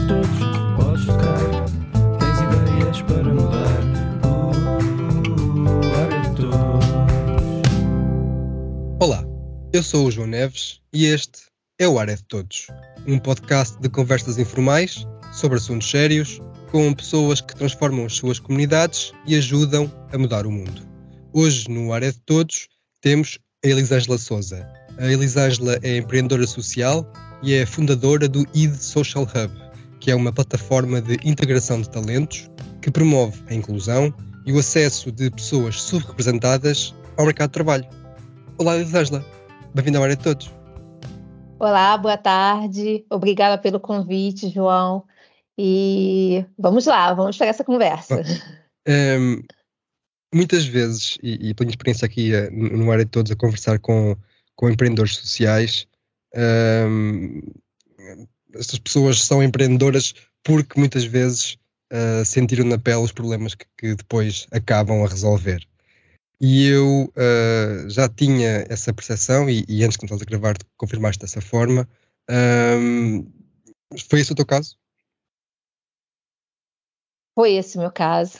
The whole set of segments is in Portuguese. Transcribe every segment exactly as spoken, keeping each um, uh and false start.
de todos, podes tocar, tens ideias para mudar. Uh, área de todos. Olá, eu sou o João Neves e este é o Área de Todos, um podcast de conversas informais sobre assuntos sérios com pessoas que transformam as suas comunidades e ajudam a mudar o mundo. Hoje, no Área de Todos, temos a Elisângela Souza. A Elisângela é empreendedora social e é fundadora do I D Social Hub, que é uma plataforma de integração de talentos que promove a inclusão e o acesso de pessoas subrepresentadas ao mercado de trabalho. Olá, Elisângela. Bem-vinda ao Área de Todos. Olá, boa tarde. Obrigada pelo convite, João. E vamos lá, vamos para essa conversa. Um, muitas vezes, e, e pela minha experiência aqui uh, no Área de Todos, a conversar com, com empreendedores sociais, um, estas pessoas são empreendedoras porque muitas vezes uh, sentiram na pele os problemas que, que depois acabam a resolver. E eu uh, já tinha essa percepção, e, e antes que começasse a gravar, confirmaste dessa forma. Um, foi esse o teu caso? Foi esse o meu caso.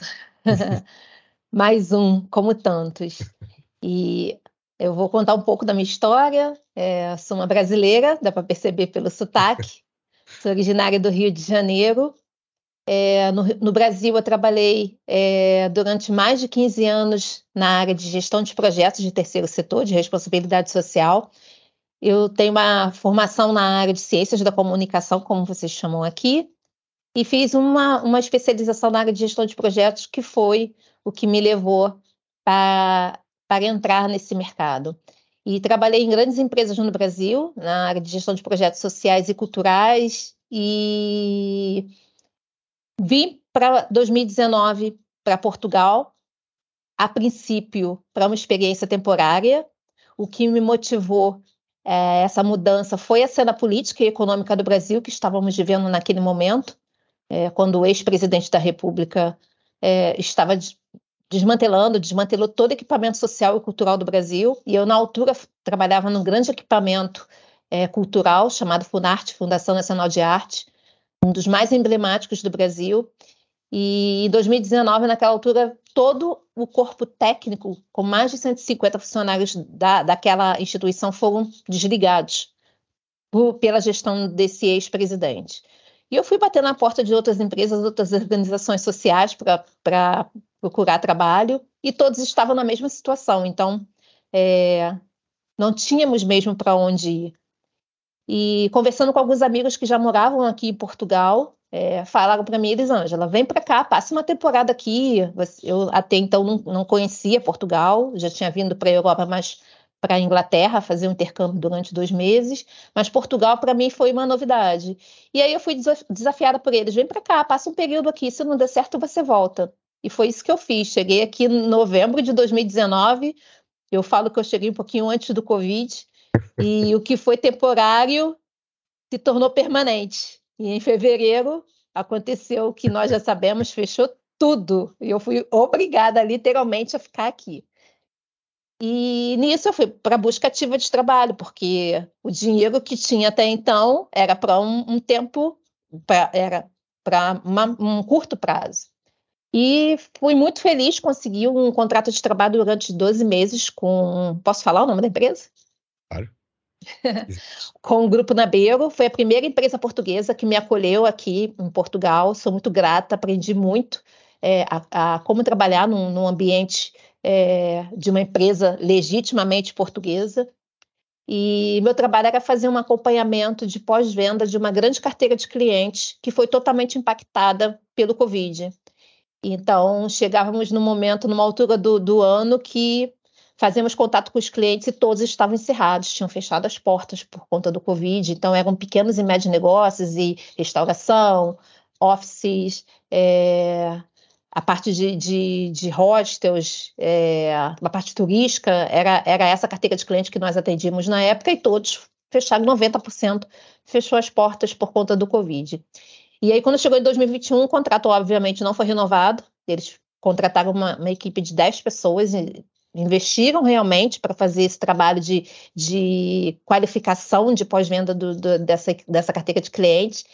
Mais um, como tantos. E eu vou contar um pouco da minha história. É, sou uma brasileira, dá para perceber pelo sotaque. Sou originária do Rio de Janeiro. É, no, no Brasil, eu trabalhei é, durante mais de quinze anos na área de gestão de projetos de terceiro setor, de responsabilidade social. Eu tenho uma formação na área de ciências da comunicação, como vocês chamam aqui, e fiz uma, uma especialização na área de gestão de projetos, que foi o que me levou para, para entrar nesse mercado. E trabalhei em grandes empresas no Brasil, na área de gestão de projetos sociais e culturais, e vim para dois mil e dezenove para Portugal, a princípio para uma experiência temporária. O que me motivou é, essa mudança foi a cena política e econômica do Brasil que estávamos vivendo naquele momento, é, quando o ex-presidente da República é, estava des- desmantelando, desmantelou todo o equipamento social e cultural do Brasil, e eu, na altura, f- trabalhava num grande equipamento é, cultural chamado Funarte, Fundação Nacional de Arte, um dos mais emblemáticos do Brasil. E em dois mil e dezenove, naquela altura, todo o corpo técnico, com mais de cento e cinquenta funcionários da, daquela instituição, foram desligados por, pela gestão desse ex-presidente. E eu fui bater na porta de outras empresas, outras organizações sociais para procurar trabalho, e todos estavam na mesma situação. Então, é, não tínhamos mesmo para onde ir. E conversando com alguns amigos que já moravam aqui em Portugal, é, falaram para mim: Elisângela, vem para cá, passa uma temporada aqui. Eu até então não, não conhecia Portugal, já tinha vindo para a Europa, mas para a Inglaterra, fazer um intercâmbio durante dois meses, mas Portugal para mim foi uma novidade. E aí eu fui desafiada por eles: vem para cá, passa um período aqui, se não der certo você volta. E foi isso que eu fiz. Cheguei aqui em novembro de dois mil e dezenove, eu falo que eu cheguei um pouquinho antes do Covid, e o que foi temporário se tornou permanente. E em fevereiro aconteceu o que nós já sabemos, fechou tudo. E eu fui obrigada, literalmente, a ficar aqui. E nisso eu fui para a busca ativa de trabalho, porque o dinheiro que tinha até então era para um, um tempo, pra, era para um curto prazo. E fui muito feliz, consegui um contrato de trabalho durante doze meses com... Posso falar o nome da empresa? Claro. Com o Grupo Nabeiro. Foi a primeira empresa portuguesa que me acolheu aqui em Portugal. Sou muito grata, aprendi muito é, a, a como trabalhar num, num ambiente é, de uma empresa legitimamente portuguesa. E meu trabalho era fazer um acompanhamento de pós-venda de uma grande carteira de clientes que foi totalmente impactada pelo Covid. Então, chegávamos num momento, numa altura do, do ano, que fazíamos contato com os clientes e todos estavam encerrados, tinham fechado as portas por conta do Covid. Então, eram pequenos e médios negócios e restauração, offices, é, a parte de, de, de hostels, é, a parte turística, era, era essa carteira de clientes que nós atendíamos na época, e todos fecharam, noventa por cento fechou as portas por conta do Covid. E aí, quando chegou em dois mil e vinte e um, o contrato, obviamente, não foi renovado. Eles contrataram uma, uma equipe de dez pessoas e investiram realmente para fazer esse trabalho de, de qualificação de pós-venda do, do, dessa, dessa carteira de clientes.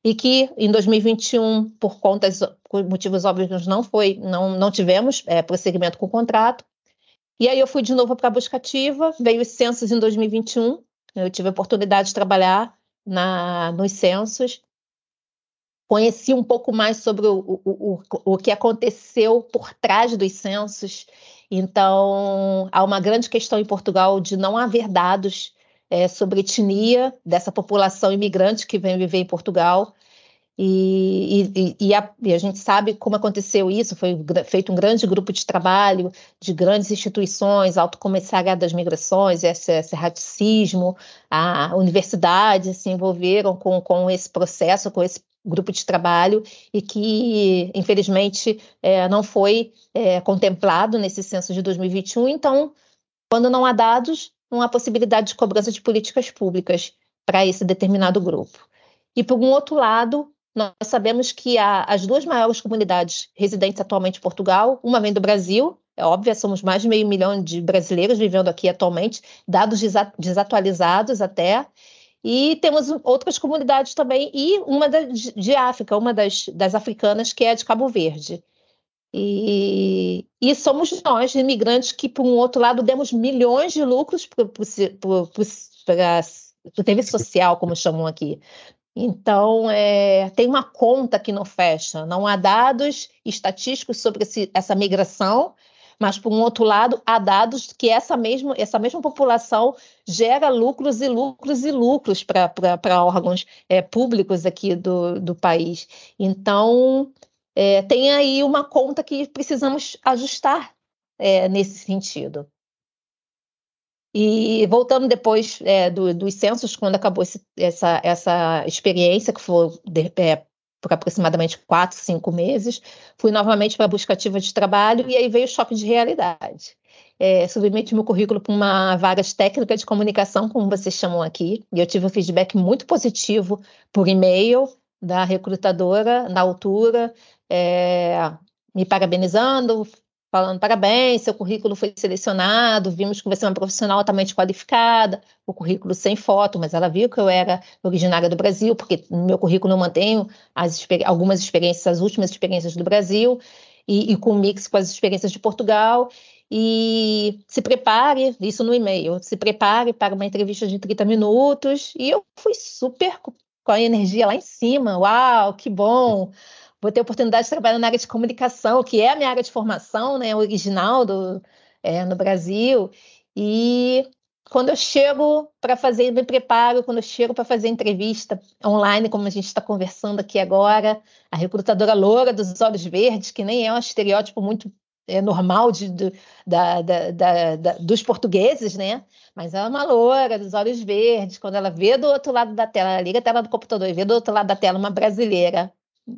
e que em dois mil e vinte e um, por contas, por motivos óbvios, não foi, não, não tivemos é, prosseguimento com o contrato. E aí eu fui de novo para a busca ativa, veio os censos em dois mil e vinte e um, eu tive a oportunidade de trabalhar na, nos censos, conheci um pouco mais sobre o, o, o, o que aconteceu por trás dos censos. Então, há uma grande questão em Portugal de não haver dados é, sobre etnia dessa população imigrante que vem viver em Portugal. E, e, e, a, e a gente sabe como aconteceu isso, foi feito um grande grupo de trabalho de grandes instituições, Alto Comissariado das Migrações, esse, esse racismo, a universidade se envolveram com, com esse processo, com esse grupo de trabalho, e que, infelizmente, é, não foi é, contemplado nesse censo de dois mil e vinte e um. Então, quando não há dados, não há possibilidade de cobrança de políticas públicas para esse determinado grupo. E, por um outro lado, nós sabemos que há as duas maiores comunidades residentes atualmente em Portugal, uma vem do Brasil, é óbvio, somos mais de meio milhão de brasileiros vivendo aqui atualmente, dados desatualizados até, e temos outras comunidades também, e uma da, de África, uma das, das africanas, que é a de Cabo Verde. E, e somos nós, imigrantes, que, por um outro lado, demos milhões de lucros para a T V social, como chamam aqui. Então, é, tem uma conta que não fecha, não há dados estatísticos sobre esse, essa migração, mas, por um outro lado, há dados que essa mesma, essa mesma população gera lucros e lucros e lucros para órgãos é, públicos aqui do, do país. Então, é, tem aí uma conta que precisamos ajustar é, nesse sentido. E voltando depois é, do, dos censos, quando acabou esse, essa, essa experiência, que foi de, é, por aproximadamente quatro, cinco meses, fui novamente para a busca ativa de trabalho, e aí veio o choque de realidade. É, submeti meu currículo para uma vaga de técnica de comunicação, como vocês chamam aqui, e eu tive um feedback muito positivo por e-mail da recrutadora na altura, é, me parabenizando, falando parabéns, seu currículo foi selecionado, vimos que você é uma profissional altamente qualificada, o currículo sem foto, mas ela viu que eu era originária do Brasil, porque no meu currículo eu mantenho as, algumas experiências, as últimas experiências do Brasil, e, e com mix com as experiências de Portugal, e se prepare, isso no e-mail, se prepare para uma entrevista de trinta minutos, e eu fui super com a energia lá em cima, uau, que bom! Vou ter a oportunidade de trabalhar na área de comunicação, que é a minha área de formação, né, original do, é, no Brasil. E quando eu chego para fazer, me preparo, quando eu chego para fazer entrevista online, como a gente está conversando aqui agora, a recrutadora loura dos olhos verdes, que nem é um estereótipo muito é, normal de, de, da, da, da, da, dos portugueses, né? Mas ela é uma loura dos olhos verdes. Quando ela vê do outro lado da tela, ela liga a tela do computador e vê do outro lado da tela uma brasileira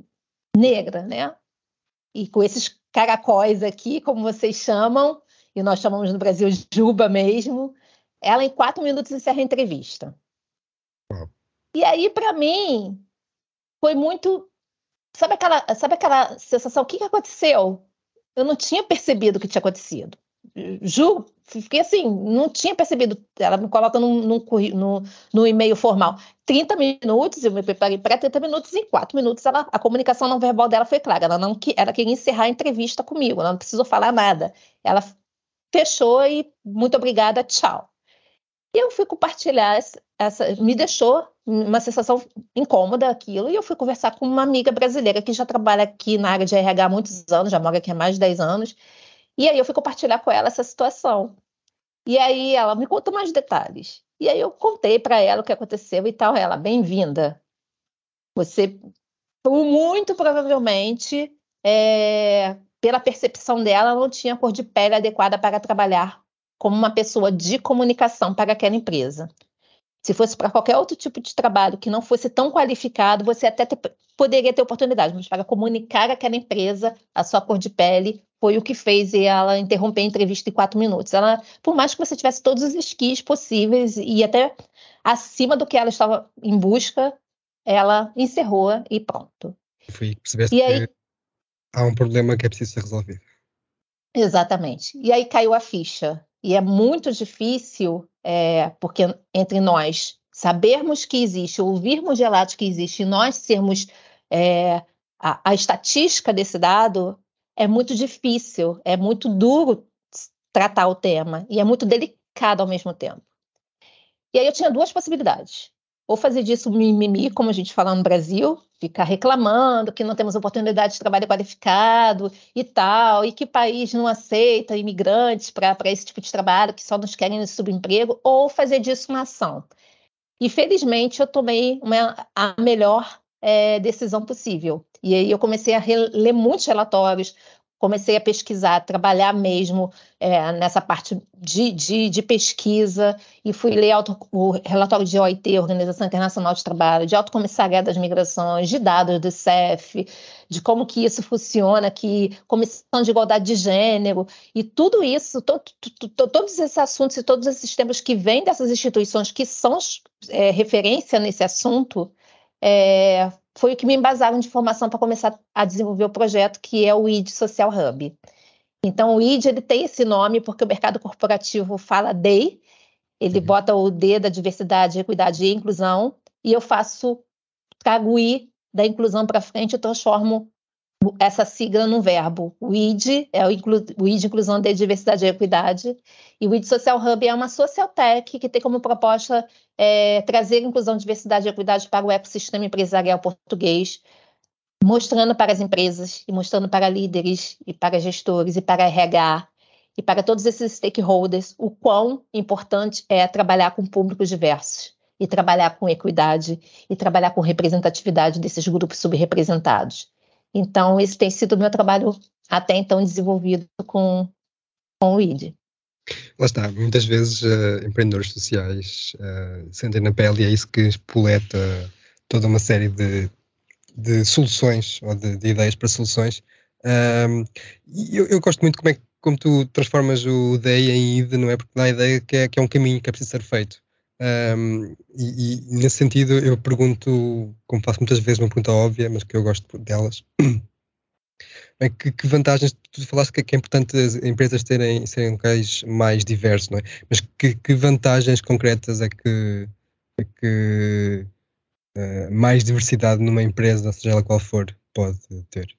negra, né? E com esses caracóis aqui, como vocês chamam, e nós chamamos no Brasil de juba mesmo, ela em quatro minutos encerra a entrevista. Uhum. E aí, para mim, foi muito... Sabe aquela, sabe aquela sensação? O que, que aconteceu? Eu não tinha percebido o que tinha acontecido. Ju, fiquei assim, não tinha percebido. Ela me coloca num, num, num, num e-mail formal. trinta minutos, eu me preparei para trinta minutos, e em quatro minutos ela, a comunicação não verbal dela foi clara. Ela, não, ela queria encerrar a entrevista comigo, ela não precisou falar nada. Ela fechou e muito obrigada, tchau. E eu fui compartilhar, essa, essa, me deixou uma sensação incômoda aquilo, e eu fui conversar com uma amiga brasileira que já trabalha aqui na área de R H há muitos anos, já mora aqui há mais de dez anos, e aí eu fui compartilhar com ela essa situação. E aí ela me conta mais detalhes. E aí eu contei para ela o que aconteceu e tal. Ela, bem-vinda. Você, muito provavelmente, é, pela percepção dela, não tinha cor de pele adequada para trabalhar como uma pessoa de comunicação para aquela empresa. Se fosse para qualquer outro tipo de trabalho que não fosse tão qualificado, você até ter, poderia ter oportunidade, mas para comunicar aquela empresa, a sua cor de pele foi o que fez ela interromper a entrevista em quatro minutos. Ela, por mais que você tivesse todos os skills possíveis e até acima do que ela estava em busca, ela encerrou e pronto. Foi percebeste e aí, que há um problema que é preciso ser resolvido. Exatamente. E aí caiu a ficha. E é muito difícil, é, porque entre nós sabermos que existe, ouvirmos relatos que existe, e nós sermos é, a, a estatística desse dado, é muito difícil, é muito duro tratar o tema, e é muito delicado ao mesmo tempo. E aí eu tinha duas possibilidades. Ou fazer disso mimimi, como a gente fala no Brasil, ficar reclamando que não temos oportunidade de trabalho qualificado e tal, e que país não aceita imigrantes para esse tipo de trabalho, que só nos querem no subemprego, ou fazer disso uma ação. E, felizmente, eu tomei uma, a melhor é, decisão possível. E aí eu comecei a ler muitos relatórios, comecei a pesquisar, trabalhar mesmo é, nessa parte de, de, de pesquisa, e fui ler auto, o relatório de O I T, Organização Internacional de Trabalho, de Alto Comissariado das Migrações, de dados do C E F, de como que isso funciona, que Comissão de Igualdade de Gênero, e tudo isso, to, to, to, todos esses assuntos e todos esses temas que vêm dessas instituições que são é, referência nesse assunto, é, foi o que me embasaram de formação para começar a desenvolver o projeto, que é o I D Social Hub. Então, o I D ele tem esse nome porque o mercado corporativo fala D E I, ele bota o D da diversidade, equidade e inclusão, e eu faço, trago o I da inclusão para frente e transformo essa sigla num verbo. O I D é o, inclu, o I de inclusão de diversidade e equidade, e o I D Social Hub é uma social tech que tem como proposta é, trazer inclusão, diversidade e equidade para o ecossistema empresarial português, mostrando para as empresas e mostrando para líderes e para gestores e para R H e para todos esses stakeholders o quão importante é trabalhar com públicos diversos e trabalhar com equidade e trabalhar com representatividade desses grupos subrepresentados. Então, esse tem sido o meu trabalho até então desenvolvido com, com o I D. Lá está, muitas vezes uh, empreendedores sociais uh, sentem na pele e é isso que espoleta toda uma série de, de soluções ou de, de ideias para soluções. Um, e eu, eu gosto muito como, é, como tu transformas o D E I em I D, não é? Porque dá a ideia que é, que é um caminho que é preciso ser feito. Um, e, e nesse sentido eu pergunto, como faço muitas vezes, uma pergunta óbvia, mas que eu gosto delas. É que, que vantagens, tu falaste que é importante as empresas terem, serem locais mais diversos, não é? Mas que, que vantagens concretas é que, é que uh, mais diversidade numa empresa, seja ela qual for, pode ter?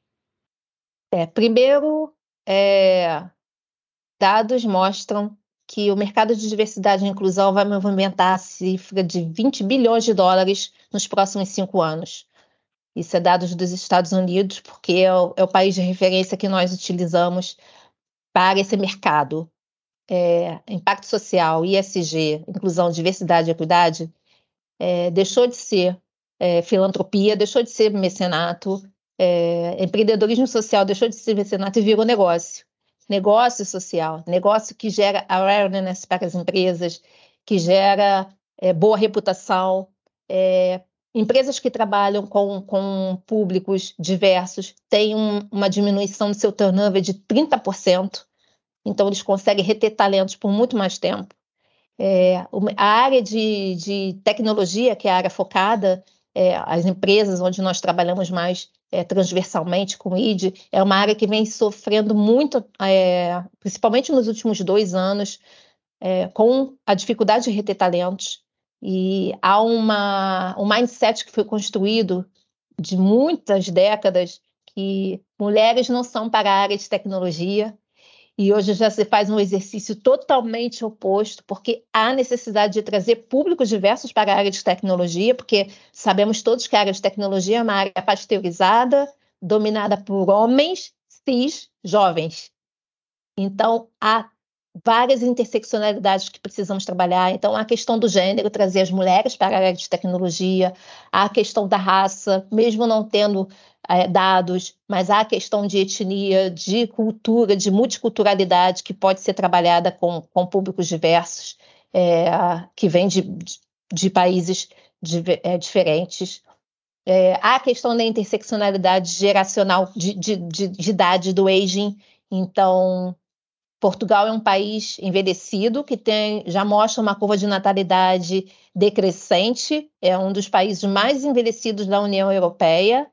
É, primeiro, é, dados mostram que o mercado de diversidade e inclusão vai movimentar a cifra de vinte bilhões de dólares nos próximos cinco anos. Isso é dados dos Estados Unidos, porque é o, é o país de referência que nós utilizamos para esse mercado. É, impacto social, I S G, inclusão, diversidade e equidade, é, deixou de ser é, filantropia, deixou de ser mecenato, é, empreendedorismo social deixou de ser mecenato e virou negócio. Negócio social, negócio que gera awareness para as empresas, que gera é, boa reputação, é, empresas que trabalham com, com públicos diversos têm um, uma diminuição do seu turnover de trinta por cento, então eles conseguem reter talentos por muito mais tempo. É, a área de, de tecnologia, que é a área focada, é, as empresas onde nós trabalhamos mais é, transversalmente com o I D, é uma área que vem sofrendo muito, é, principalmente nos últimos dois anos, é, com a dificuldade de reter talentos. E há uma, um mindset que foi construído de muitas décadas que mulheres não são para a área de tecnologia, e hoje já se faz um exercício totalmente oposto, porque há necessidade de trazer públicos diversos para a área de tecnologia, porque sabemos todos que a área de tecnologia é uma área pasteurizada, dominada por homens cis jovens. Então, há várias interseccionalidades que precisamos trabalhar. Então, a questão do gênero, trazer as mulheres para a área de tecnologia, a questão da raça, mesmo não tendo é, dados, mas há a questão de etnia, de cultura, de multiculturalidade, que pode ser trabalhada com, com públicos diversos, é, que vêm de, de, de países de, é, diferentes. É, há a questão da interseccionalidade geracional, de, de, de, de idade, do aging. Então, Portugal é um país envelhecido, que tem, já mostra uma curva de natalidade decrescente, é um dos países mais envelhecidos da União Europeia.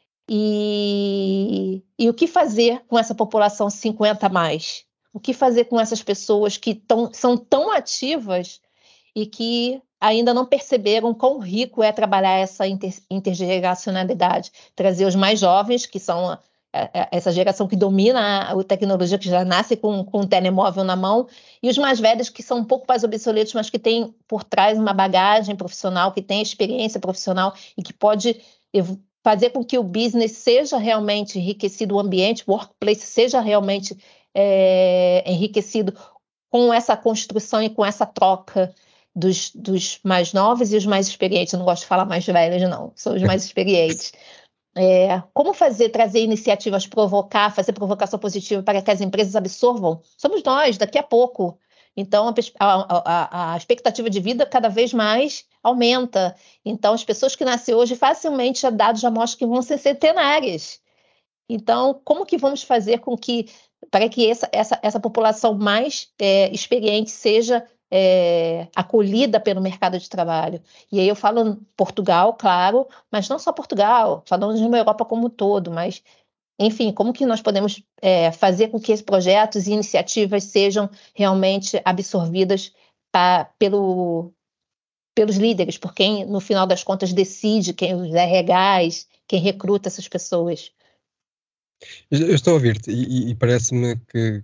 E, e o que fazer com essa população cinquenta a mais? O que fazer com essas pessoas que tão, são tão ativas e que ainda não perceberam quão rico é trabalhar essa inter, intergeracionalidade, trazer os mais jovens, que são a, a, essa geração que domina a, a tecnologia, que já nasce com, com um telemóvel na mão, e os mais velhos, que são um pouco mais obsoletos, mas que têm por trás uma bagagem profissional, que têm experiência profissional e que pode fazer com que o business seja realmente enriquecido, o ambiente, o workplace seja realmente é, enriquecido com essa construção e com essa troca dos, dos mais novos e os mais experientes. Eu não gosto de falar mais velhos, não, são os mais experientes. É, como fazer, trazer iniciativas, provocar, fazer provocação positiva para que as empresas absorvam? Somos nós, daqui a pouco. Então, a, a, a expectativa de vida cada vez mais aumenta. Então, as pessoas que nascem hoje, facilmente, dados já mostram que vão ser centenárias. Então, como que vamos fazer com que, para que essa, essa, essa população mais é, experiente seja é, acolhida pelo mercado de trabalho? E aí eu falo Portugal, claro, mas não só Portugal, falando de uma Europa como um todo, mas, enfim, como que nós podemos é, fazer com que esses projetos e iniciativas sejam realmente absorvidas pra, pelo, pelos líderes, por quem, no final das contas, decide, quem os R Hs, quem recruta essas pessoas. Eu estou a ouvir-te e, e parece-me que,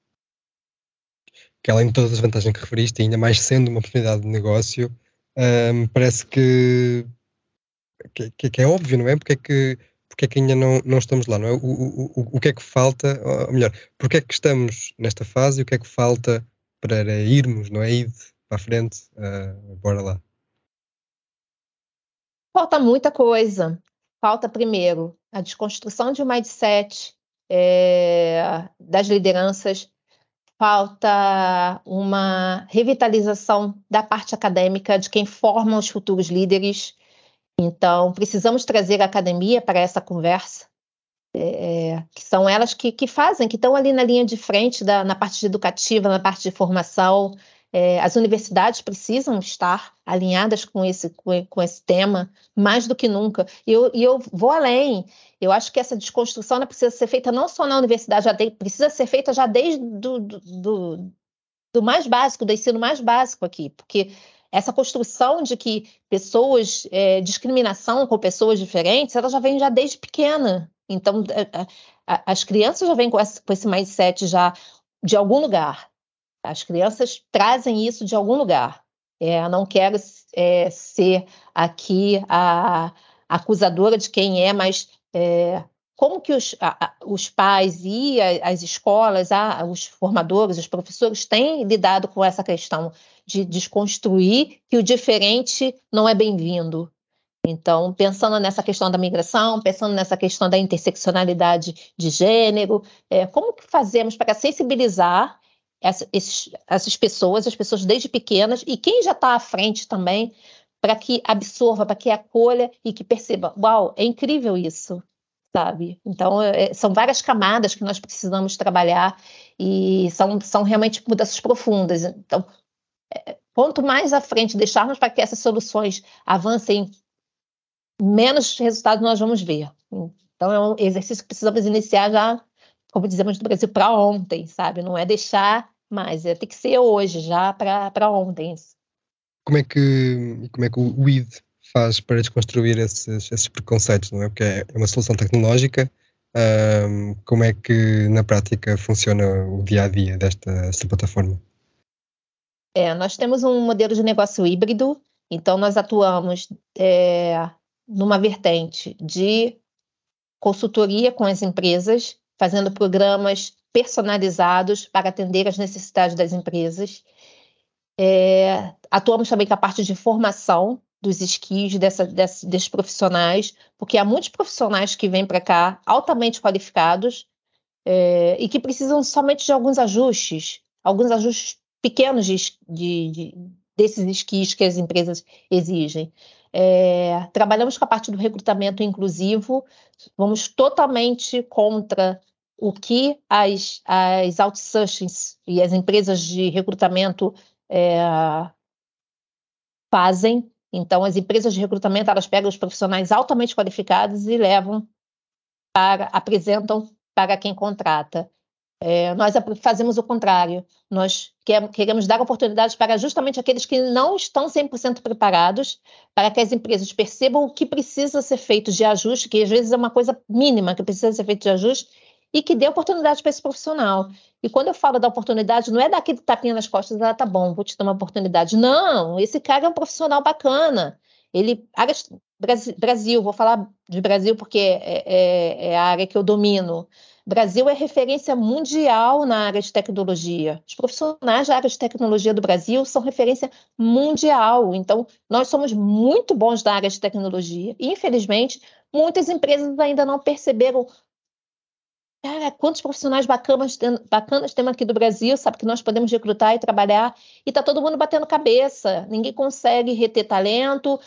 que, além de todas as vantagens que referiste, ainda mais sendo uma oportunidade de negócio, um, parece que, que, que é óbvio, não é? Porque é que, porque é que ainda não, não estamos lá, não é? O, o, o, o que é que falta, ou melhor, porque é que estamos nesta fase e o que é que falta para irmos, não é? Ir para a frente, uh, bora lá. Falta muita coisa. Falta, primeiro, a desconstrução de um mindset é, das lideranças. Falta uma revitalização da parte acadêmica, de quem forma os futuros líderes. Então, precisamos trazer a academia para essa conversa, é, que são elas que, que fazem, que estão ali na linha de frente, da, na parte educativa, na parte de formação. É, as universidades precisam estar alinhadas com esse, com, com esse tema, mais do que nunca. E eu, e eu vou além. Eu acho que essa desconstrução ela precisa ser feita não só na universidade, já de, precisa ser feita já desde do, do, do, do mais básico, do ensino mais básico aqui, porque essa construção de que pessoas, é, discriminação com pessoas diferentes, ela já vem já desde pequena. Então, a, a, as crianças já vêm com esse, com esse mindset já de algum lugar. As crianças trazem isso de algum lugar. É, não quero é, ser aqui a, a acusadora de quem é, mas é, como que os, a, os pais e a, as escolas, a, os formadores, os professores têm lidado com essa questão de desconstruir que o diferente não é bem-vindo. Então, pensando nessa questão da migração, pensando nessa questão da interseccionalidade de gênero, é, como que fazemos para sensibilizar Essa, esses, essas pessoas, as pessoas desde pequenas, e quem já está à frente também, para que absorva, para que acolha e que perceba, uau, é incrível isso, sabe? Então, é, são várias camadas que nós precisamos trabalhar e são, são realmente mudanças profundas. Então, é, quanto mais à frente deixarmos para que essas soluções avancem, menos resultados nós vamos ver. Então, é um exercício que precisamos iniciar já, como dizemos no Brasil, para ontem, sabe? Não é deixar mais, é ter que ser hoje, já para ontem. Como é que, como é que o I D faz para desconstruir esses, esses preconceitos, não é? Porque é uma solução tecnológica, um, como é que na prática funciona o dia-a-dia desta, desta plataforma? É, nós temos um modelo de negócio híbrido, então nós atuamos é, numa vertente de consultoria com as empresas, fazendo programas personalizados para atender às necessidades das empresas. É, atuamos também com a parte de formação dos skills dessa, dessa, desses profissionais, porque há muitos profissionais que vêm para cá altamente qualificados é, e que precisam somente de alguns ajustes, alguns ajustes pequenos de, de, de, desses skills que as empresas exigem. É, trabalhamos com a parte do recrutamento inclusivo, vamos totalmente contra o que as, as outsourcings e as empresas de recrutamento é, fazem. Então, as empresas de recrutamento, elas pegam os profissionais altamente qualificados e levam para, apresentam para quem contrata. É, nós fazemos o contrário, nós quer, queremos dar oportunidades para justamente aqueles que não estão cem por cento preparados, para que as empresas percebam o que precisa ser feito de ajuste, que às vezes é uma coisa mínima que precisa ser feito de ajuste, e que dê oportunidade para esse profissional. E quando eu falo da oportunidade, não é dar aquele tapinha nas costas, ah, tá bom, vou te dar uma oportunidade. Não, esse cara é um profissional bacana. Ele, Brasil, vou falar de Brasil porque é, é, é a área que eu domino. Brasil é referência mundial na área de tecnologia. Os profissionais da área de tecnologia do Brasil são referência mundial. Então, nós somos muito bons na área de tecnologia. E, infelizmente, muitas empresas ainda não perceberam. Cara, quantos profissionais bacanas, bacanas temos aqui do Brasil, sabe, que nós podemos recrutar e trabalhar. E está todo mundo batendo cabeça. Ninguém consegue reter talento.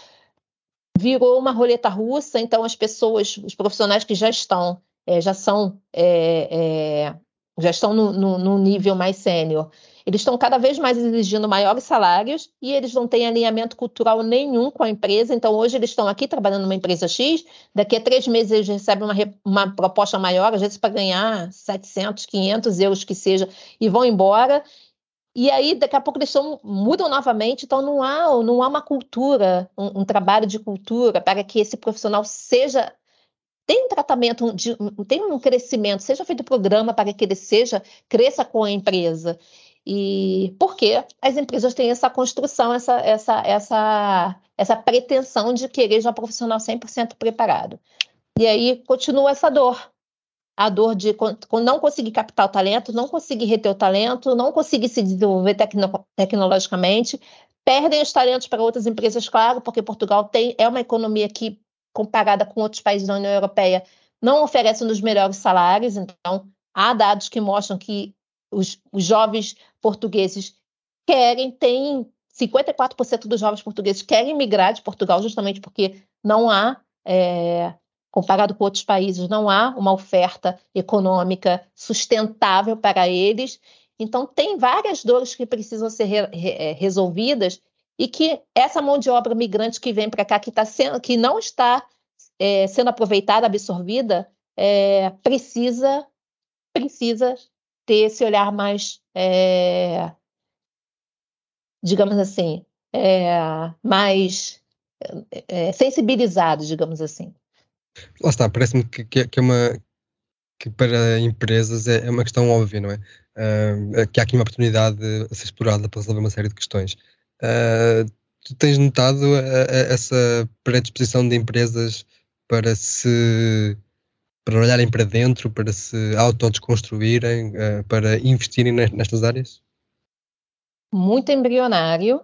Virou uma roleta russa. Então, as pessoas, os profissionais que já estão É, já são, é, é, já estão no, no, no nível mais sênior. Eles estão cada vez mais exigindo maiores salários e eles não têm alinhamento cultural nenhum com a empresa. Então, hoje eles estão aqui trabalhando numa empresa X, daqui a três meses eles recebem uma, uma proposta maior, às vezes para ganhar setecentos, quinhentos euros que seja, e vão embora. E aí, daqui a pouco, eles são, mudam novamente. Então, não há, não há uma cultura, um, um trabalho de cultura para que esse profissional seja... Tem um tratamento, de, tem um crescimento, seja feito programa para que ele seja, cresça com a empresa. E por quê? As empresas têm essa construção, essa, essa, essa, essa pretensão de querer já um profissional cem por cento preparado. E aí continua essa dor. A dor de não conseguir captar o talento, não conseguir reter o talento, não conseguir se desenvolver tecno, tecnologicamente, perdem os talentos para outras empresas, claro, porque Portugal tem, é uma economia que, comparada com outros países da União Europeia, não oferece os melhores salários. Então, há dados que mostram que os, os jovens portugueses querem, tem cinquenta e quatro por cento dos jovens portugueses querem migrar de Portugal, justamente porque não há, é, comparado com outros países, não há uma oferta econômica sustentável para eles. Então, tem várias dores que precisam ser re, re, resolvidas, e que essa mão de obra migrante que vem para cá, que, tá sendo, que não está é, sendo aproveitada, absorvida, é, precisa, precisa ter esse olhar mais, é, digamos assim, é, mais é, sensibilizado, digamos assim. Lá está, parece-me que, que, que é uma... que para empresas é, é uma questão óbvia, não é? Uh, que há aqui uma oportunidade a ser explorada para resolver uma série de questões. Uh, tu tens notado a, a, essa predisposição de empresas para se para olharem para dentro, para se autodesconstruírem, uh, para investirem nestas áreas? Muito embrionário,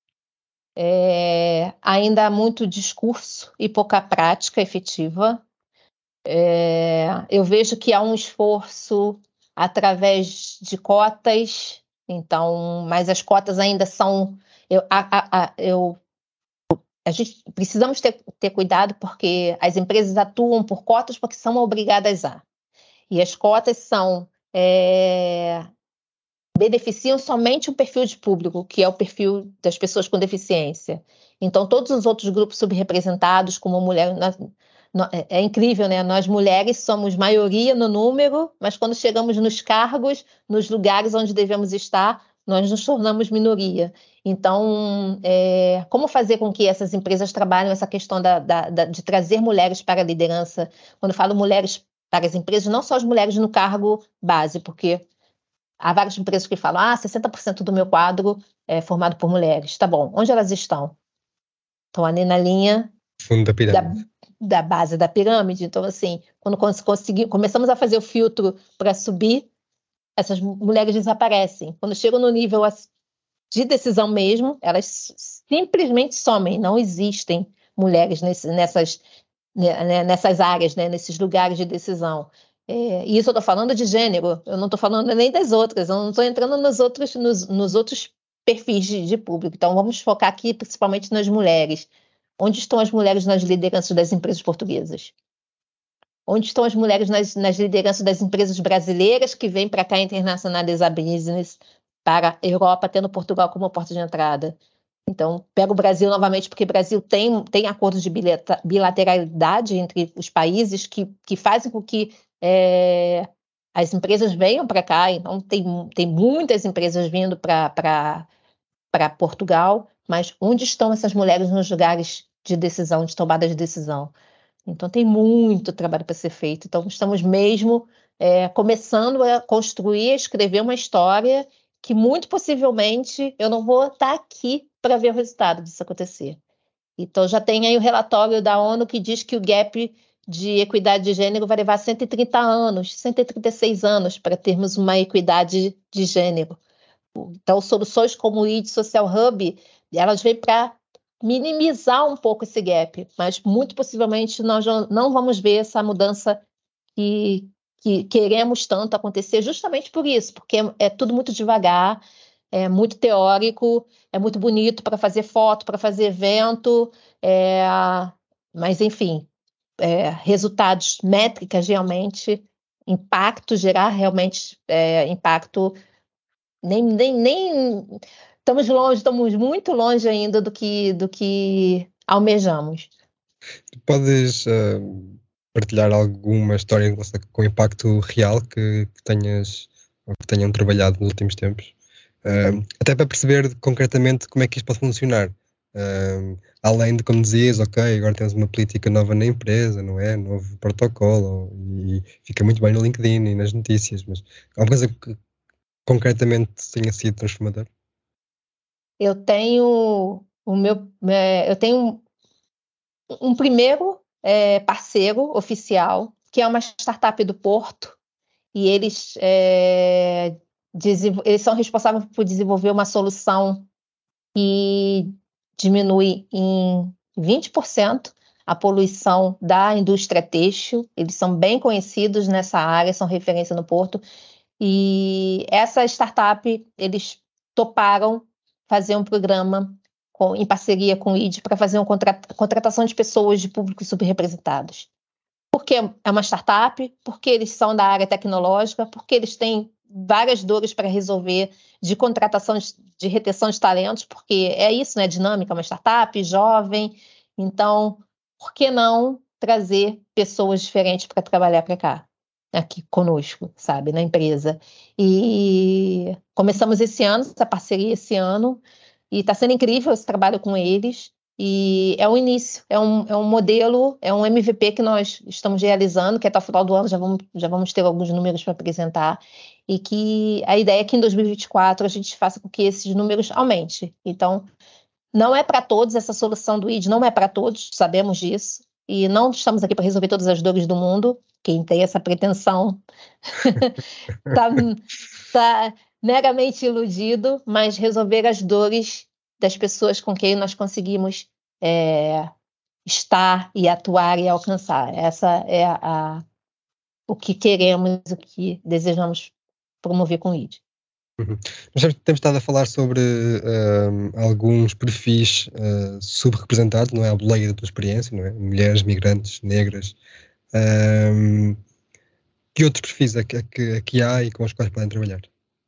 é, ainda há muito discurso e pouca prática efetiva. É, eu vejo que há um esforço através de cotas, então, mas as cotas ainda são... Eu, a, a, a, eu, a gente precisamos ter, ter cuidado, porque as empresas atuam por cotas porque são obrigadas a. E as cotas são... É, beneficiam somente o perfil de público, que é o perfil das pessoas com deficiência. Então, todos os outros grupos subrepresentados, como mulher... É incrível, né? Nós mulheres somos maioria no número, mas quando chegamos nos cargos, nos lugares onde devemos estar, nós nos tornamos minoria. Então, é, como fazer com que essas empresas trabalhem essa questão da, da, da, de trazer mulheres para a liderança? Quando eu falo mulheres para as empresas, não só as mulheres no cargo base, porque há várias empresas que falam, ah, sessenta por cento do meu quadro é formado por mulheres. Tá bom, onde elas estão? Estão ali na linha... Fundo da pirâmide. Da, da base da pirâmide. Então, assim, quando consegui, começamos a fazer o filtro para subir, essas mulheres desaparecem. Quando chegam no nível de decisão mesmo, elas simplesmente somem. Não existem mulheres nesse, nessas, né, nessas áreas, né, nesses lugares de decisão. É, e isso eu estou falando de gênero, eu não estou falando nem das outras, eu não estou entrando nos outros, nos, nos outros perfis de, de público. Então, vamos focar aqui principalmente nas mulheres. Onde estão as mulheres nas lideranças das empresas portuguesas? Onde estão as mulheres nas, nas lideranças das empresas brasileiras que vêm para cá internacionalizar business para a Europa, tendo Portugal como porta de entrada? Então, pego o Brasil novamente, porque o Brasil tem, tem acordos de bilateralidade entre os países que, que fazem com que é, as empresas venham para cá, então tem, tem muitas empresas vindo para Portugal, mas onde estão essas mulheres nos lugares de decisão, de tomada de decisão? Então tem muito trabalho para ser feito. Então estamos mesmo é, começando a construir, a escrever uma história que muito possivelmente eu não vou estar aqui para ver o resultado disso acontecer. Então já tem aí o relatório da ONU que diz que o gap de equidade de gênero vai levar cento e trinta anos, cento e trinta e seis anos para termos uma equidade de gênero. Então soluções como o I D Social Hub, elas vêm para minimizar um pouco esse gap, mas muito possivelmente nós não vamos ver essa mudança que, que queremos tanto acontecer justamente por isso, porque é, é tudo muito devagar, é muito teórico, é muito bonito para fazer foto, para fazer evento, é, mas enfim, é, resultados, métricas realmente, impacto, gerar realmente é, impacto, nem, nem, nem estamos longe, estamos muito longe ainda do que, do que almejamos. Podes uh, partilhar alguma história com impacto real que, que tenhas ou que tenham trabalhado nos últimos tempos? Uh, até para perceber concretamente como é que isto pode funcionar. Uh, além de, como dizias, ok, agora temos uma política nova na empresa, não é? Novo protocolo, e fica muito bem no LinkedIn e nas notícias, mas há uma coisa que concretamente tenha sido transformador? Eu tenho o meu, é, eu tenho um, um primeiro é, parceiro oficial, que é uma startup do Porto, e eles, é, eles são responsáveis por desenvolver uma solução que diminui em vinte por cento a poluição da indústria têxtil. Eles são bem conhecidos nessa área, são referência no Porto. E essa startup, eles toparam fazer um programa com, em parceria com o I D para fazer uma contrat, contratação de pessoas de públicos subrepresentados. Porque é uma startup, porque eles são da área tecnológica, porque eles têm várias dores para resolver de contratação, de, de retenção de talentos, porque é isso, né? Dinâmica, uma startup, jovem. Então, por que não trazer pessoas diferentes para trabalhar para cá, aqui conosco, sabe, na empresa? E começamos esse ano, essa parceria esse ano, e está sendo incrível esse trabalho com eles. E é um início, é um, é um modelo, é um M V P que nós estamos realizando, que até o final do ano já vamos, já vamos ter alguns números para apresentar, e que a ideia é que em dois mil e vinte e quatro a gente faça com que esses números aumentem. Então, não é para todos, essa solução do I D não é para todos, sabemos disso, e não estamos aqui para resolver todas as dores do mundo. Quem tem essa pretensão está tá meramente iludido, mas resolver as dores das pessoas com quem nós conseguimos é, estar e atuar e alcançar. Essa é a, a, o que queremos, o que desejamos promover com o I D. Uhum. Nós temos estado a falar sobre uh, alguns perfis uh, subrepresentados, não é? A boleia da tua experiência, não é? Mulheres, migrantes, negras. Um, que outros perfis é que, é que, é que há e com os quais podem trabalhar?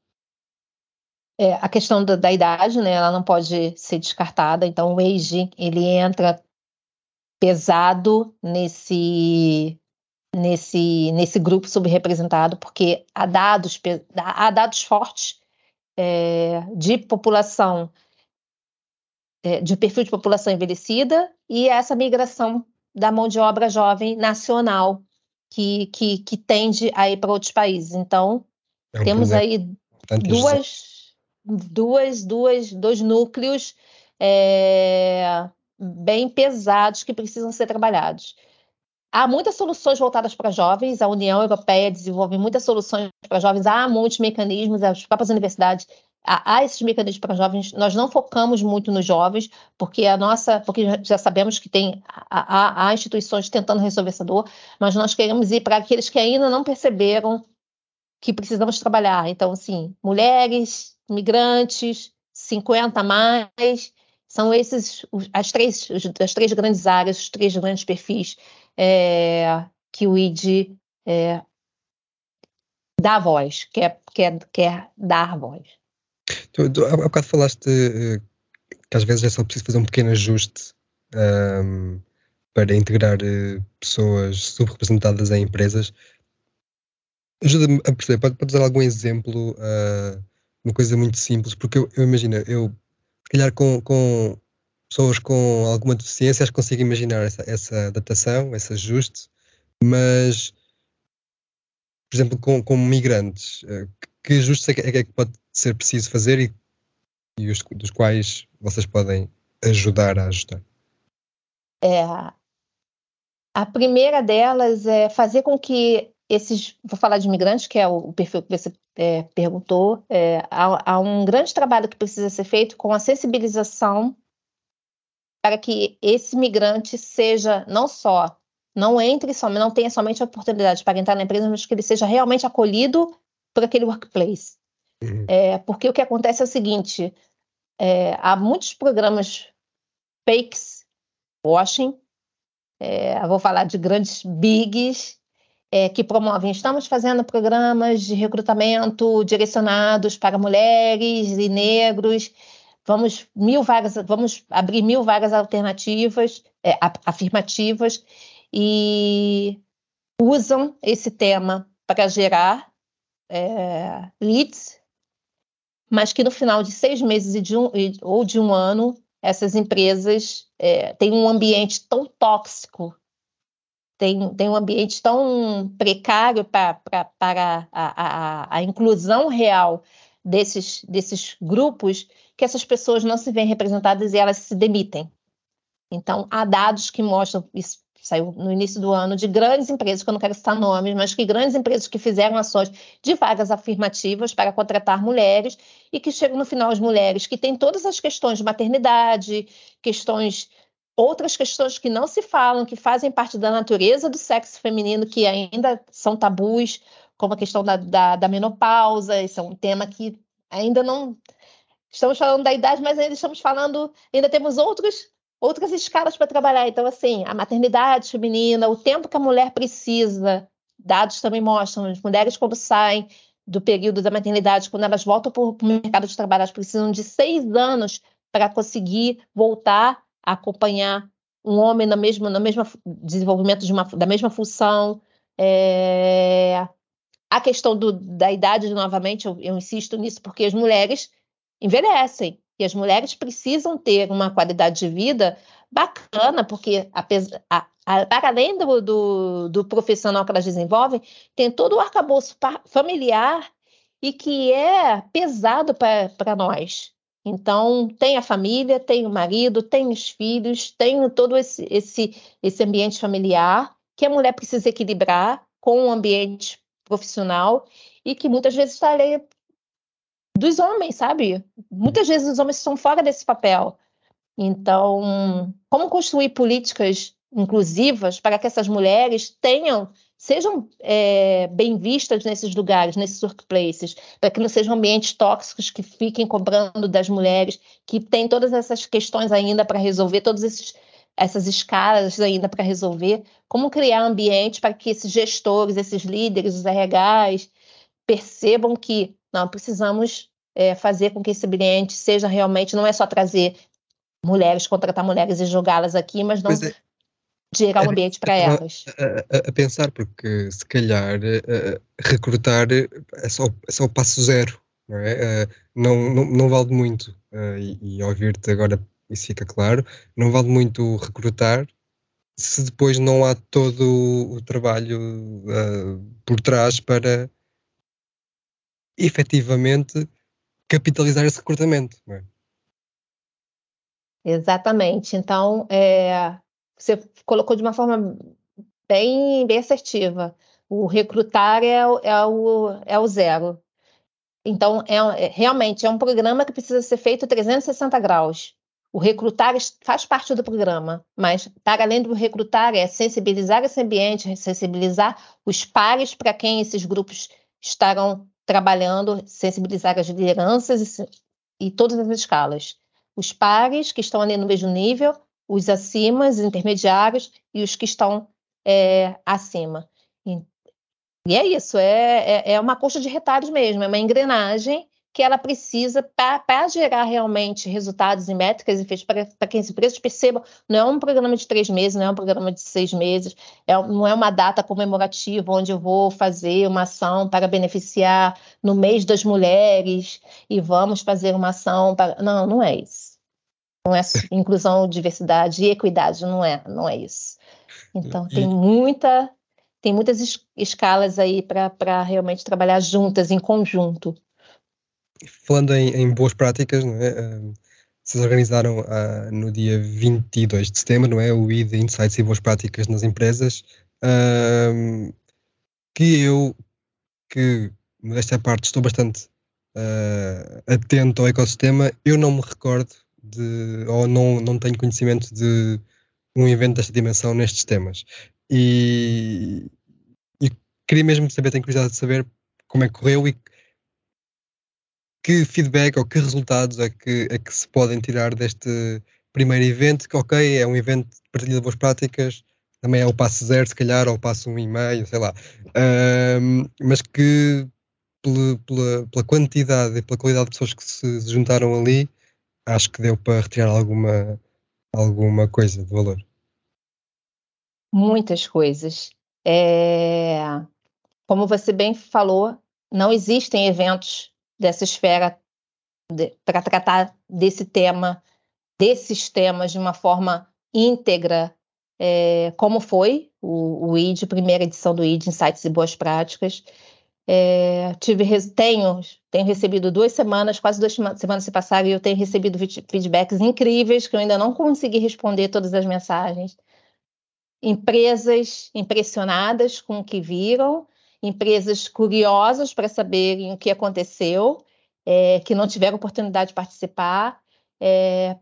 É, a questão da, da idade, né, ela não pode ser descartada, então o age, ele entra pesado nesse, nesse, nesse grupo subrepresentado, porque há dados, há dados fortes é, de população, é, de perfil de população envelhecida e essa migração da mão de obra jovem nacional, que, que, que tende a ir para outros países. Então, é um temos aí duas... Duas, duas, dois núcleos é, bem pesados que precisam ser trabalhados. Há muitas soluções voltadas para jovens, a União Europeia desenvolve muitas soluções para jovens, há muitos mecanismos, as próprias universidades, há, há esses mecanismos para jovens. Nós não focamos muito nos jovens, porque a nossa, porque já sabemos que tem há, há instituições tentando resolver essa dor, mas nós queremos ir para aqueles que ainda não perceberam que precisamos trabalhar. Então, assim, mulheres, migrantes, cinquenta a mais, são esses as três, as três grandes áreas, os três grandes perfis é, que o I D é, dá voz, quer, quer, quer dar voz. Tu, tu, há bocado falaste uh, que às vezes é só preciso fazer um pequeno ajuste um, para integrar uh, pessoas subrepresentadas em empresas. Ajuda-me a perceber, pode, pode dar algum exemplo, uh, uma coisa muito simples, porque eu, eu imagino, eu, se calhar com, com pessoas com alguma deficiência, acho que consigo imaginar essa, essa adaptação, esse ajuste, mas, por exemplo, com, com migrantes, uh, que, que ajustes é que, é que pode ser preciso fazer e, e os, dos quais vocês podem ajudar a ajustar? É, a primeira delas é fazer com que esses, vou falar de imigrantes, que é o, o perfil que você é, perguntou, é, há, há um grande trabalho que precisa ser feito com a sensibilização para que esse migrante seja não só, não entre somente, não tenha somente a oportunidade para entrar na empresa, mas que ele seja realmente acolhido por aquele workplace. Uhum. É, porque o que acontece é o seguinte, é, há muitos programas fakes, washing, é, vou falar de grandes bigs, é, que promovem, estamos fazendo programas de recrutamento direcionados para mulheres e negros, vamos, mil vagas, vamos abrir mil vagas alternativas, é, afirmativas, e usam esse tema para gerar é, leads, mas que no final de seis meses e de um, ou de um ano, essas empresas é, têm um ambiente tão tóxico, tem, tem um ambiente tão precário pra, pra, para a, a, a inclusão real desses, desses grupos, que essas pessoas não se veem representadas e elas se demitem. Então, há dados que mostram, isso saiu no início do ano, de grandes empresas, que eu não quero citar nomes, mas que grandes empresas que fizeram ações de vagas afirmativas para contratar mulheres e que chegam no final as mulheres que têm todas as questões de maternidade, questões, outras questões que não se falam, que fazem parte da natureza do sexo feminino, que ainda são tabus, como a questão da, da, da menopausa. Esse é um tema que ainda não... Estamos falando da idade, mas ainda estamos falando... Ainda temos outros... outras escalas para trabalhar. Então, assim, a maternidade feminina, o tempo que a mulher precisa, dados também mostram, as mulheres quando saem do período da maternidade, quando elas voltam para o mercado de trabalho, elas precisam de seis anos para conseguir voltar a acompanhar um homem no mesmo, no mesmo desenvolvimento de uma, da mesma função. É... A questão do, da idade, novamente, eu, eu insisto nisso, porque as mulheres envelhecem. E as mulheres precisam ter uma qualidade de vida bacana, porque apesar, a, a, para além do, do, do profissional que elas desenvolvem, tem todo o arcabouço familiar e que é pesado para nós. Então, tem a família, tem o marido, tem os filhos, tem todo esse, esse, esse ambiente familiar que a mulher precisa equilibrar com o ambiente profissional e que muitas vezes está ali dos homens, sabe? Muitas vezes os homens estão fora desse papel. Então, como construir políticas inclusivas para que essas mulheres tenham, sejam é, bem vistas nesses lugares, nesses workplaces, para que não sejam ambientes tóxicos que fiquem cobrando das mulheres, que têm todas essas questões ainda para resolver, todas esses, essas escalas ainda para resolver. Como criar ambiente para que esses gestores, esses líderes, os R Hs, percebam que não precisamos é, fazer com que esse ambiente seja realmente, não é só trazer mulheres, contratar mulheres e jogá-las aqui, mas não É, gerar um era ambiente isso que eu para estava elas. a, a- a pensar, porque se calhar eh, recrutar é só, é só o passo zero, não é? Eh, não, não, não vale muito, eh, e, e ouvir-te agora isso fica claro, não vale muito recrutar se depois não há todo o trabalho eh, por trás para efetivamente capitalizar esse recrutamento, não é? Exatamente. Então, é, você colocou de uma forma bem, bem assertiva. O recrutar é, o- é, o, é o zero. Então, é, é- realmente é um programa que precisa ser feito trezentos e sessenta graus. O recrutar es- faz parte do programa, mas para além do recrutar é sensibilizar esse ambiente, sensibilizar os pares para quem esses grupos estarão trabalhando, sensibilizar as lideranças e, se- e todas as escalas. Os pares que estão ali no mesmo nível, os acima, os intermediários e os que estão é, acima. E é isso, é, é, é uma coxa de retalhos mesmo, é uma engrenagem que ela precisa para gerar realmente resultados e métricas, e para que as empresas percebam, não é um programa de três meses, não é um programa de seis meses, é, não é uma data comemorativa onde eu vou fazer uma ação para beneficiar no mês das mulheres e vamos fazer uma ação para... Não, não é isso. Não é inclusão, diversidade e equidade, não é, não é isso. Então, tem muita, tem muitas es- escalas aí para realmente trabalhar juntas, em conjunto. Falando em, em boas práticas, não é? Uh, vocês organizaram uh, no dia vinte e dois de setembro, não é? O I D Insights e Boas Práticas nas Empresas, uh, que eu, que desta parte estou bastante uh, atento ao ecossistema, eu não me recordo de, ou não, não tenho conhecimento de um evento desta dimensão nestes temas. E, e queria mesmo saber, tenho curiosidade de saber como é que correu e que feedback ou que resultados é que, é que se podem tirar deste primeiro evento, que ok, é um evento de partilha de boas práticas, também é o passo zero, se calhar, ou o passo um e meio, sei lá, um, mas que pela, pela, pela quantidade e pela qualidade de pessoas que se juntaram ali, acho que deu para retirar alguma, alguma coisa de valor. Muitas coisas. É, como você bem falou, não existem eventos dessa esfera de, para tratar desse tema, desses temas de uma forma íntegra, é, como foi o, o I D, a primeira edição do I D, Insights e Boas Práticas. É, tive, tenho, tenho recebido duas semanas, quase duas semanas se passaram, e eu tenho recebido feedbacks incríveis, que eu ainda não consegui responder todas as mensagens. Empresas impressionadas com o que viram, empresas curiosas para saberem o que aconteceu, é, que não tiveram oportunidade de participar. É,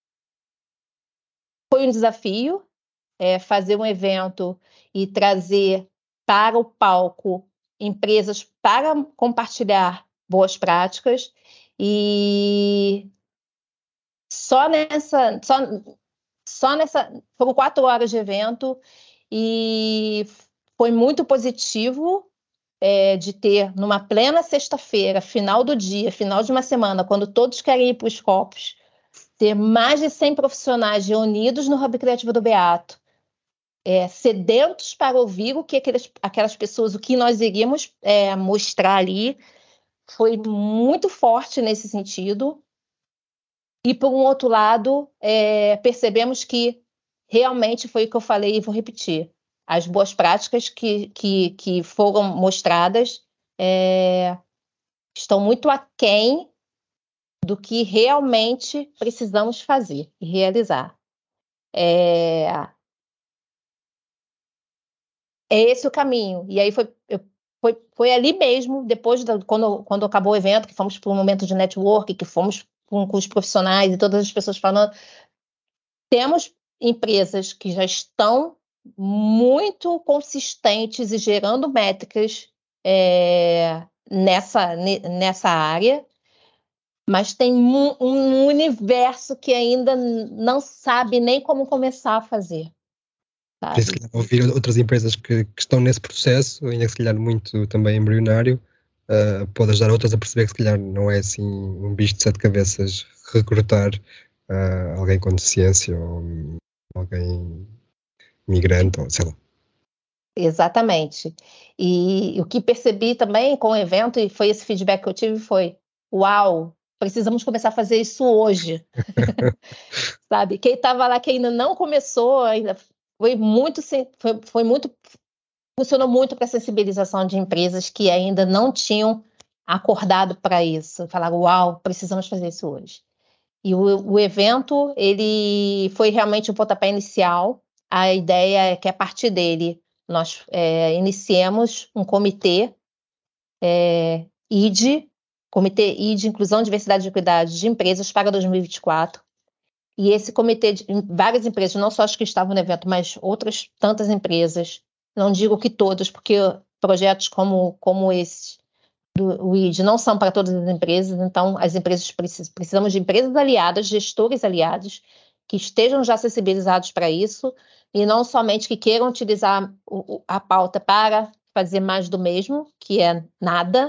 foi um desafio é, fazer um evento e trazer para o palco empresas para compartilhar boas práticas, e só nessa... Só, Só nessa, foram quatro horas de evento e foi muito positivo é, de ter, numa plena sexta-feira, final do dia, final de uma semana, quando todos querem ir para os copos, ter mais de cem profissionais reunidos no Hub Criativo do Beato, é, sedentos para ouvir o que aquelas, aquelas pessoas, o que nós iríamos é, mostrar ali, foi muito forte nesse sentido. E, por um outro lado, é, percebemos que realmente foi o que eu falei e vou repetir. As boas práticas que, que, que foram mostradas é, estão muito aquém do que realmente precisamos fazer e realizar. É, é esse o caminho. E aí foi, eu, foi, foi ali mesmo, depois, da, quando, quando acabou o evento, que fomos para um momento de network, que fomos com, com os profissionais e todas as pessoas falando... Temos empresas que já estão muito consistentes e gerando métricas é, nessa, nessa área, mas tem um, um universo que ainda não sabe nem como começar a fazer. Sabe? Por isso, se calhar, ouvir outras empresas que, que estão nesse processo, ainda que se calhar muito também embrionário, uh, pode ajudar outras a perceber que se calhar não é assim um bicho de sete cabeças recrutar uh, alguém com deficiência ou alguém migrante, ou sei lá. Exatamente. E o que percebi também com o evento, e foi esse feedback que eu tive, foi: uau, precisamos começar a fazer isso hoje. Sabe? Quem estava lá, que ainda não começou, ainda foi muito, foi, foi muito, funcionou muito para a sensibilização de empresas que ainda não tinham acordado para isso. Falaram: uau, precisamos fazer isso hoje. E o, o evento, ele foi realmente um pontapé inicial. A ideia é que, a partir dele, nós é, iniciemos um comitê é, I D, Comitê I D, Inclusão, Diversidade e Equidade de Empresas para dois mil e vinte e quatro. E esse comitê, de várias empresas, não só as que estavam no evento, mas outras tantas empresas, não digo que todas, porque projetos como, como esse do I D não são para todas as empresas, então as empresas precisam, precisamos de empresas aliadas, gestores aliados, que estejam já sensibilizados para isso, e não somente que queiram utilizar o, a pauta para fazer mais do mesmo, que é nada,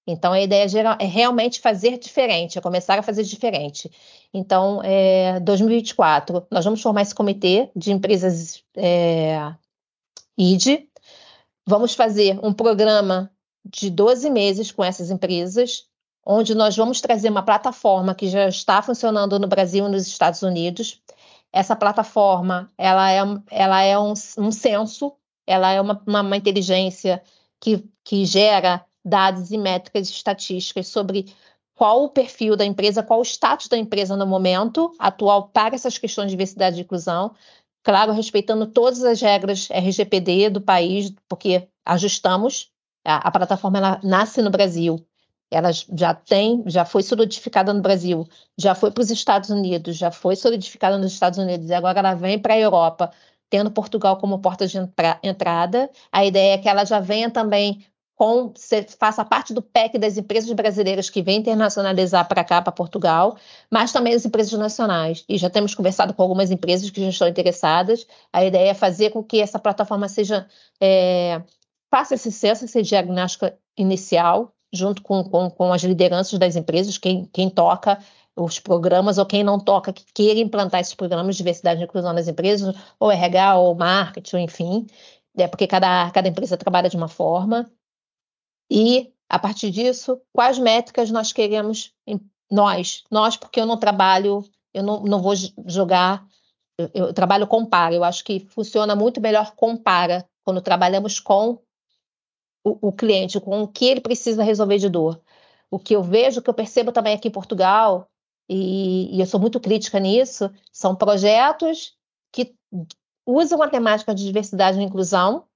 Então, a ideia geral é realmente fazer diferente, é começar a fazer diferente. Então, é, dois mil e vinte e quatro, nós vamos formar esse comitê de empresas é, I D. Vamos fazer um programa de doze meses com essas empresas, onde nós vamos trazer uma plataforma que já está funcionando no Brasil e nos Estados Unidos. Essa plataforma, ela é, ela é um, um censo, ela é uma, uma, uma inteligência que, que gera dados e métricas estatísticas sobre qual o perfil da empresa, qual o status da empresa no momento atual para essas questões de diversidade e inclusão. Claro, respeitando todas as regras R G P D do país, porque ajustamos. A, a plataforma ela nasce no Brasil, ela já tem, já foi solidificada no Brasil, já foi para os Estados Unidos, já foi solidificada nos Estados Unidos, e agora ela vem para a Europa, tendo Portugal como porta de entra, entrada. A ideia é que ela já venha também com, faça parte do P E C das empresas brasileiras que vêm internacionalizar para cá, para Portugal, mas também as empresas nacionais. E já temos conversado com algumas empresas que já estão interessadas. A ideia é fazer com que essa plataforma seja, é, faça esse censo, esse diagnóstico inicial, junto com, com, com as lideranças das empresas, quem, quem toca os programas ou quem não toca, que queira implantar esses programas de diversidade e inclusão nas empresas, ou R H, ou marketing, enfim, é porque cada, cada empresa trabalha de uma forma. E, a partir disso, quais métricas nós queremos, nós, nós, porque eu não trabalho, eu não, não vou jogar, eu, eu trabalho compara, eu acho que funciona muito melhor compara, quando trabalhamos com o, o cliente, com o que ele precisa resolver de dor. O que eu vejo, o que eu percebo também aqui em Portugal, e, e eu sou muito crítica nisso, são projetos que usam a temática de diversidade e inclusão,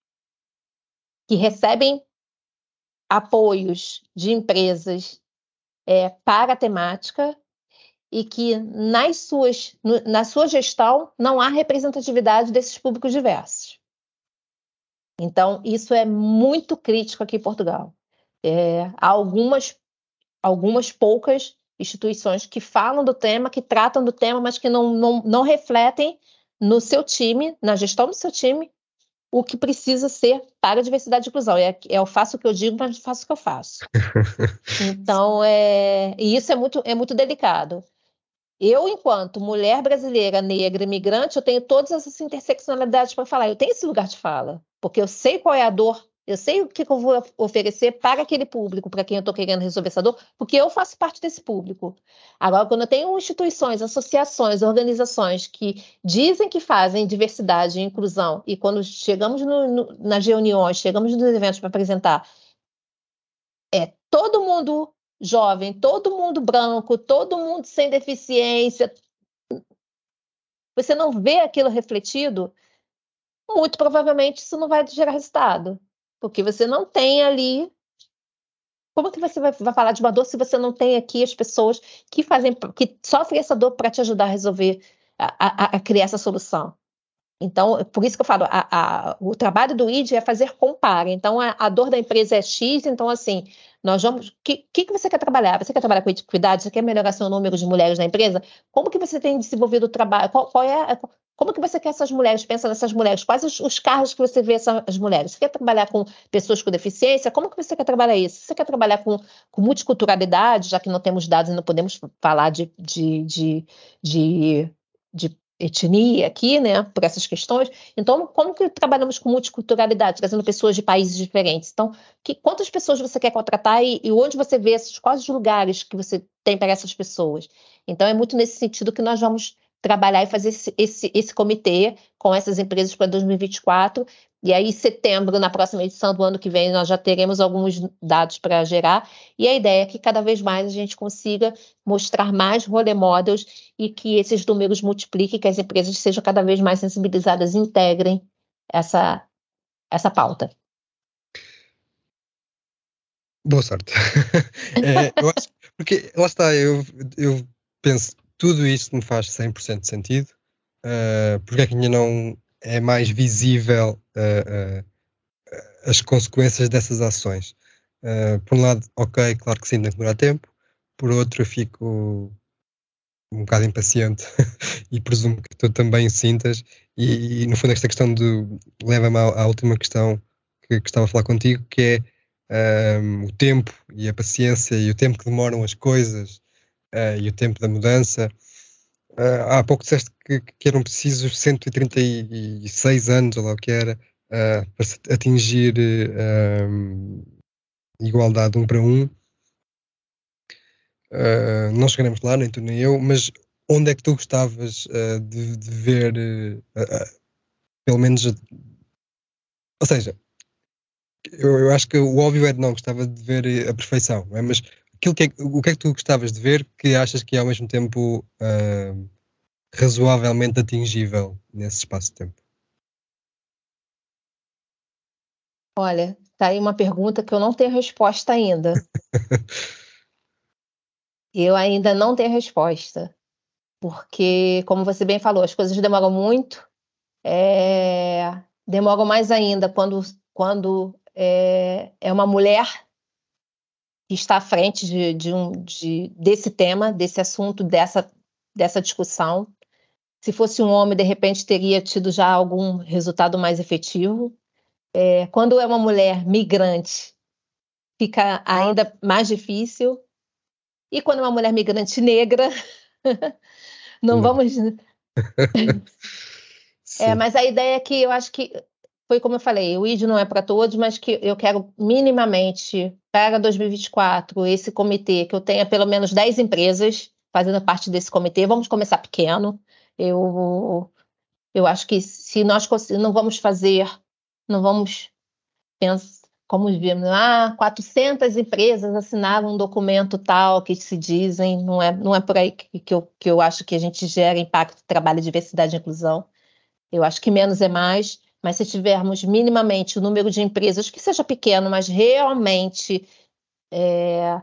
que recebem apoios de empresas é, para a temática e que nas suas, no, na sua gestão não há representatividade desses públicos diversos. Então, isso é muito crítico aqui em Portugal. É, há algumas, algumas poucas instituições que falam do tema, que tratam do tema, mas que não, não, não refletem no seu time, na gestão do seu time, o que precisa ser para a diversidade e inclusão. É, é eu faço o que eu digo, mas faço o que eu faço. Então, é, e isso é muito, é muito delicado. Eu, enquanto mulher brasileira, negra, imigrante, eu tenho todas essas interseccionalidades para falar. Eu tenho esse lugar de fala, porque eu sei qual é a dor, eu sei o que eu vou oferecer para aquele público, para quem eu estou querendo resolver essa dor, porque eu faço parte desse público. Agora, quando eu tenho instituições, associações, organizações que dizem que fazem diversidade e inclusão, e quando chegamos no, no, nas reuniões, chegamos nos eventos para apresentar, é todo mundo jovem, todo mundo branco, todo mundo sem deficiência, você não vê aquilo refletido, muito provavelmente isso não vai gerar resultado. Porque você não tem ali... Como que você vai, vai falar de uma dor se você não tem aqui as pessoas que fazem, que sofrem essa dor para te ajudar a resolver, a, a, a criar essa solução? Então, por isso que eu falo, a, a, o trabalho do I D é fazer compara. Então, a, a dor da empresa é X, então, assim, nós vamos... O que, que, que você quer trabalhar? Você quer trabalhar com equidade? Você quer melhorar seu número de mulheres na empresa? Como que você tem desenvolvido o trabalho? Qual, qual é... Como que você quer essas mulheres? Pensa nessas mulheres. Quais os, os cargos que você vê essas mulheres? Você quer trabalhar com pessoas com deficiência? Como que você quer trabalhar isso? Você quer trabalhar com, com multiculturalidade, já que não temos dados e não podemos falar de, de, de, de, de etnia aqui, né, por essas questões. Então, como que trabalhamos com multiculturalidade, trazendo pessoas de países diferentes? Então, que, quantas pessoas você quer contratar e, e onde você vê esses, quais os lugares que você tem para essas pessoas? Então, é muito nesse sentido que nós vamos trabalhar e fazer esse, esse, esse comitê com essas empresas para dois mil e vinte e quatro, e aí em setembro, na próxima edição do ano que vem, nós já teremos alguns dados para gerar, e a ideia é que cada vez mais a gente consiga mostrar mais role models e que esses números multipliquem, que as empresas sejam cada vez mais sensibilizadas e integrem essa, essa pauta. Boa sorte. é, eu acho, porque lá está, eu, eu penso, tudo isto me faz cem por cento de sentido. Uh, porque é que ainda não é mais visível uh, uh, as consequências dessas ações? Uh, por um lado, ok, claro que sim, tem que demorar tempo. Por outro, eu fico um bocado impaciente e presumo que tu também o sintas. E, e no fundo, esta questão de, leva-me à, à última questão que, que estava a falar contigo, que um, o tempo e a paciência e o tempo que demoram as coisas uh, e o tempo da mudança. Uh, há pouco disseste que, que eram precisos cento e trinta e seis anos, ou lá o que era, uh, para se atingir uh, um, igualdade um para um. Uh, não chegaremos lá, nem tu nem eu, mas onde é que tu gostavas uh, de, de ver, uh, uh, pelo menos, uh, ou seja, eu, eu acho que o óbvio é de não, gostava de ver a perfeição, não é? Mas aquilo que é, o que é que tu gostavas de ver que achas que é ao mesmo tempo uh, razoavelmente atingível nesse espaço de tempo? Olha, tá aí uma pergunta que eu não tenho resposta ainda. Eu ainda não tenho resposta, porque, como você bem falou, as coisas demoram muito, é, demoram mais ainda quando, quando é, é uma mulher que está à frente de, de um, de, desse tema, desse assunto, dessa, dessa discussão. Se fosse um homem, de repente, teria tido já algum resultado mais efetivo. É, quando é uma mulher migrante, fica ainda mais difícil. E quando é uma mulher migrante negra, não, não vamos... é, mas a ideia é que eu acho que, foi como eu falei, o I D não é para todos, mas que eu quero minimamente, para dois mil e vinte e quatro, esse comitê, que eu tenha pelo menos dez empresas fazendo parte desse comitê. Vamos começar pequeno. Eu, eu acho que se nós não vamos fazer, não vamos pensar, como vimos, ah, quatrocentas empresas assinaram um documento tal que se dizem, não é, não é por aí que, que, eu, que eu acho que a gente gera impacto, trabalho, diversidade e inclusão. Eu acho que menos é mais, mas se tivermos minimamente o número de empresas, que seja pequeno, mas realmente é,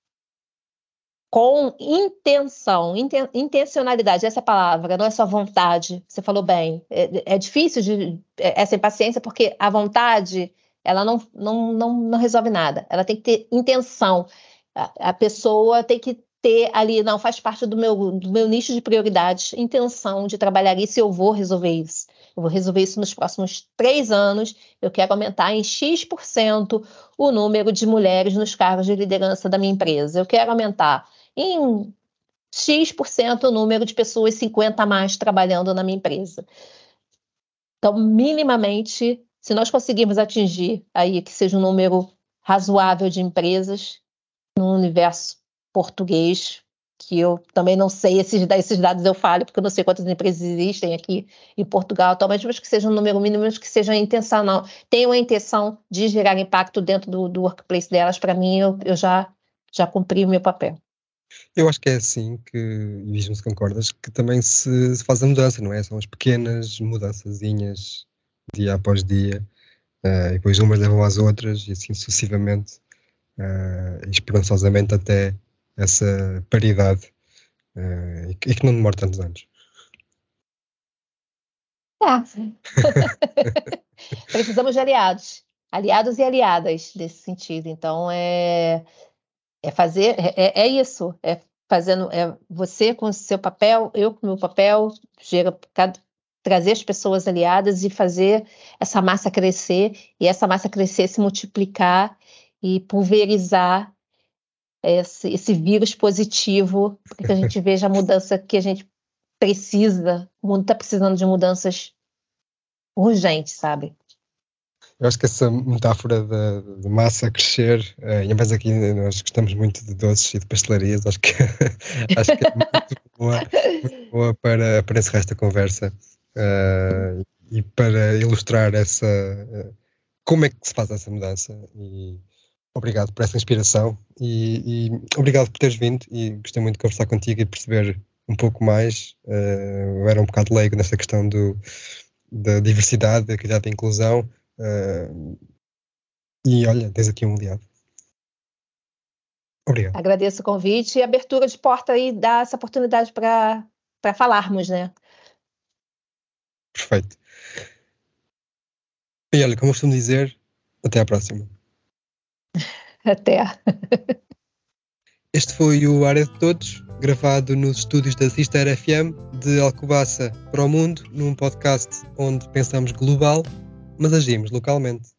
com intenção, inten, intencionalidade, essa palavra, não é só vontade, você falou bem, é, é difícil de, é, essa impaciência, porque a vontade... ela não, não, não, não resolve nada. Ela tem que ter intenção. A, a pessoa tem que ter ali, não, faz parte do meu, do meu nicho de prioridades, intenção de trabalhar isso, e eu vou resolver isso. Eu vou resolver isso nos próximos três anos. Eu quero aumentar em X por cento o número de mulheres nos cargos de liderança da minha empresa. Eu quero aumentar em X por cento o número de pessoas cinquenta a mais trabalhando na minha empresa. Então, minimamente... se nós conseguirmos atingir aí que seja um número razoável de empresas no universo português, que eu também não sei, esses, esses dados eu falo, porque eu não sei quantas empresas existem aqui em Portugal atualmente, mas que seja um número mínimo, mas que seja intencional, tenham a intenção de gerar impacto dentro do, do workplace delas. Para mim, eu, eu já, já cumpri o meu papel. Eu acho que é assim que, e diz-me se concordas, que também se, se faz a mudança, não é? São as pequenas mudançazinhas dia após dia, uh, e depois umas levam às outras, e assim sucessivamente, uh, e esperançosamente até essa paridade, uh, e, que, e que não demora tantos anos. É. Precisamos de aliados, aliados e aliadas nesse sentido. Então, é, é fazer, é, é isso, é fazendo, é você com o seu papel, eu com o meu papel, chega cada trazer as pessoas aliadas e fazer essa massa crescer, e essa massa crescer, se multiplicar e pulverizar esse, esse vírus positivo, para que a gente veja a mudança que a gente precisa. O mundo está precisando de mudanças urgentes, sabe? Eu acho que essa metáfora da, da massa crescer, uh, e mais aqui nós gostamos muito de doces e de pastelarias, acho que, acho que é muito boa, muito boa para, para esse resto da conversa. Uh, e para ilustrar essa uh, como é que se faz essa mudança. E obrigado por essa inspiração e, e obrigado por teres vindo, e gostei muito de conversar contigo e perceber um pouco mais. Uh, eu era um bocado leigo nessa questão do, da diversidade, da equidade e da inclusão, uh, e olha, tens aqui um aliado. Obrigado. Agradeço o convite e a abertura de porta e dar essa oportunidade para para falarmos, né? Perfeito. E olha, como costumo dizer, até à próxima. Até. Este foi o Área de Todos, gravado nos estúdios da Sister F M de Alcobaça para o mundo, num podcast onde pensamos global, mas agimos localmente.